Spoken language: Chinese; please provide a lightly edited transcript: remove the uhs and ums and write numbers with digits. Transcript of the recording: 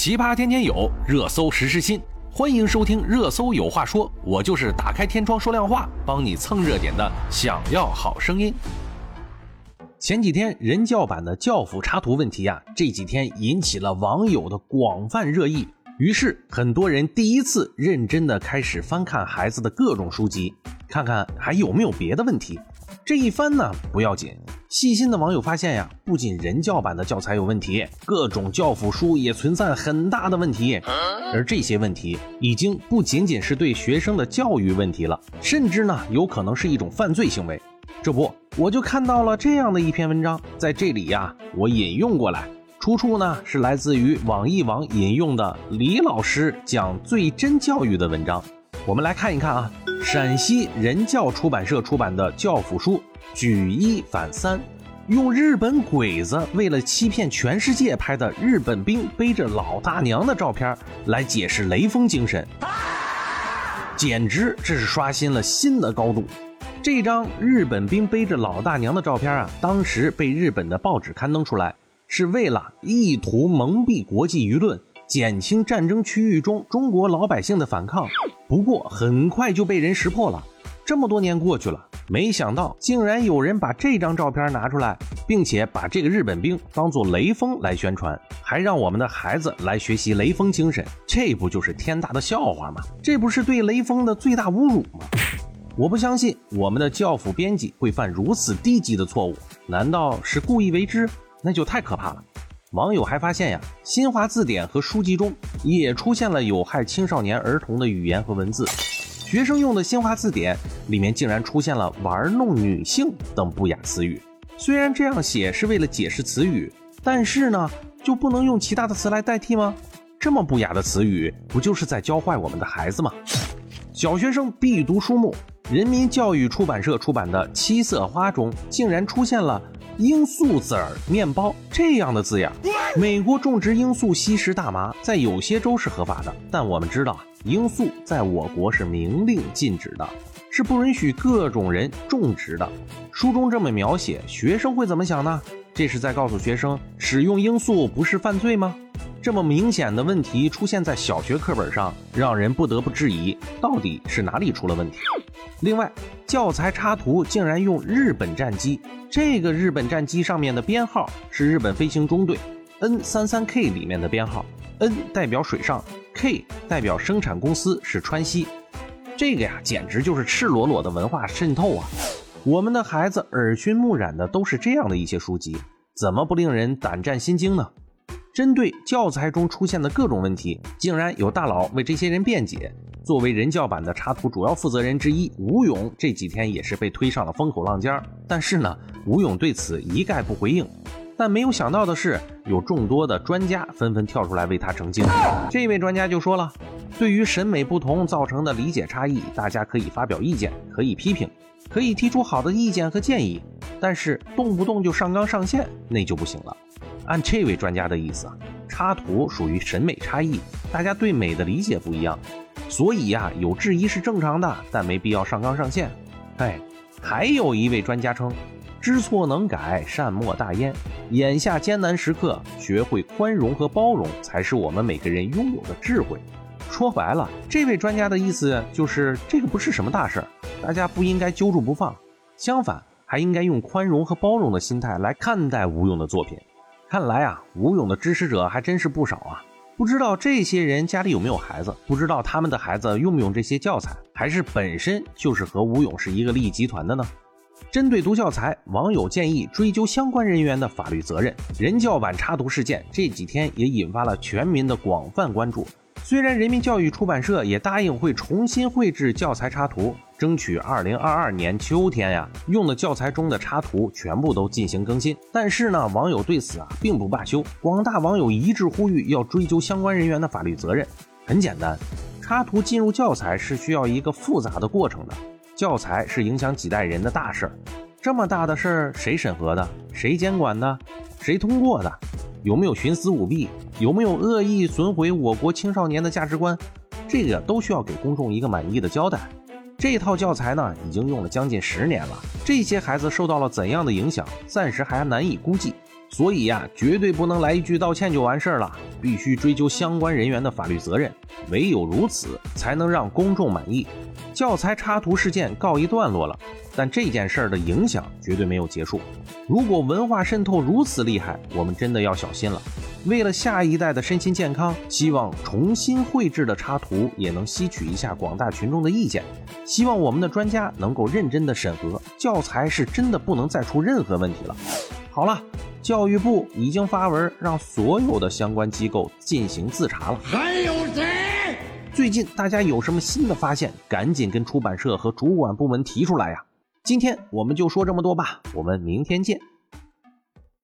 奇葩天天有，热搜时时新，欢迎收听热搜有话说，我就是打开天窗说亮话，帮你蹭热点的想要好声音。前几天人教版的教辅插图问题这几天引起了网友的广泛热议，于是很多人第一次认真的开始翻看孩子的各种书籍，看看还有没有别的问题。这一翻呢不要紧，细心的网友发现不仅人教版的教材有问题，各种教辅书也存在很大的问题，而这些问题已经不仅仅是对学生的教育问题了，甚至呢有可能是一种犯罪行为。这不，我就看到了这样的一篇文章，在这里我引用过来，出处呢是来自于网易网引用的李老师讲最真教育的文章。我们来看一看陕西人教出版社出版的教辅书《举一反三》，用日本鬼子为了欺骗全世界拍的日本兵背着老大娘的照片来解释雷锋精神，简直这是刷新了新的高度。这张日本兵背着老大娘的照片当时被日本的报纸刊登出来，是为了意图蒙蔽国际舆论，减轻战争区域中中国老百姓的反抗。不过很快就被人识破了，这么多年过去了，没想到竟然有人把这张照片拿出来，并且把这个日本兵当作雷锋来宣传，还让我们的孩子来学习雷锋精神，这不就是天大的笑话吗？这不是对雷锋的最大侮辱吗？我不相信我们的教辅编辑会犯如此低级的错误，难道是故意为之？那就太可怕了。网友还发现新华字典和书籍中也出现了有害青少年儿童的语言和文字，学生用的新华字典里面竟然出现了玩弄女性等不雅词语。虽然这样写是为了解释词语，但是呢就不能用其他的词来代替吗？这么不雅的词语不就是在教坏我们的孩子吗？小学生必读书目，人民教育出版社出版的七色花中竟然出现了罂粟籽儿面包这样的字样。美国种植罂粟吸食大麻，在有些州是合法的，但我们知道罂粟在我国是明令禁止的，是不允许各种人种植的。书中这么描写，学生会怎么想呢？这是在告诉学生使用罂粟不是犯罪吗？这么明显的问题出现在小学课本上，让人不得不质疑到底是哪里出了问题。另外，教材插图竟然用日本战机，这个日本战机上面的编号是日本飞行中队 N33K 里面的编号， N 代表水上， K 代表生产公司是川西。这个简直就是赤裸裸的文化渗透我们的孩子耳熏目染的都是这样的一些书籍，怎么不令人胆战心惊呢？针对教材中出现的各种问题，竟然有大佬为这些人辩解。作为人教版的插图主要负责人之一，吴勇这几天也是被推上了风口浪尖，但是呢，吴勇对此一概不回应。但没有想到的是，有众多的专家纷纷跳出来为他澄清。这位专家就说了，对于审美不同造成的理解差异，大家可以发表意见，可以批评，可以提出好的意见和建议，但是动不动就上纲上线，那就不行了。按这位专家的意思插图属于审美差异，大家对美的理解不一样，所以有质疑是正常的，但没必要上纲上线。还有一位专家称，知错能改，善莫大焉，眼下艰难时刻，学会宽容和包容才是我们每个人拥有的智慧。说白了，这位专家的意思就是这个不是什么大事，大家不应该揪住不放，相反还应该用宽容和包容的心态来看待吴勇的作品。看来吴勇的支持者还真是不少不知道这些人家里有没有孩子，不知道他们的孩子用不用这些教材，还是本身就是和吴勇是一个利益集团的呢？针对读教材，网友建议追究相关人员的法律责任。人教版插图事件这几天也引发了全民的广泛关注。虽然人民教育出版社也答应会重新绘制教材插图，争取2022年秋天用的教材中的插图全部都进行更新，但是呢，网友对此并不罢休，广大网友一致呼吁要追究相关人员的法律责任。很简单，插图进入教材是需要一个复杂的过程的，教材是影响几代人的大事儿，这么大的事儿谁审核的？谁监管的？谁通过的？有没有徇私舞弊？有没有恶意损毁我国青少年的价值观？这个都需要给公众一个满意的交代。这套教材呢，已经用了将近10年了，这些孩子受到了怎样的影响，暂时还难以估计。 所以呀，绝对不能来一句道歉就完事了，必须追究相关人员的法律责任，唯有如此才能让公众满意。教材插图事件告一段落了，但这件事儿的影响绝对没有结束。如果文化渗透如此厉害，我们真的要小心了。为了下一代的身心健康，希望重新绘制的插图也能吸取一下广大群众的意见，希望我们的专家能够认真的审核，教材是真的不能再出任何问题了。好了，教育部已经发文让所有的相关机构进行自查了。 还有谁？ 最近大家有什么新的发现，赶紧跟出版社和主管部门提出来呀。今天我们就说这么多吧，我们明天见。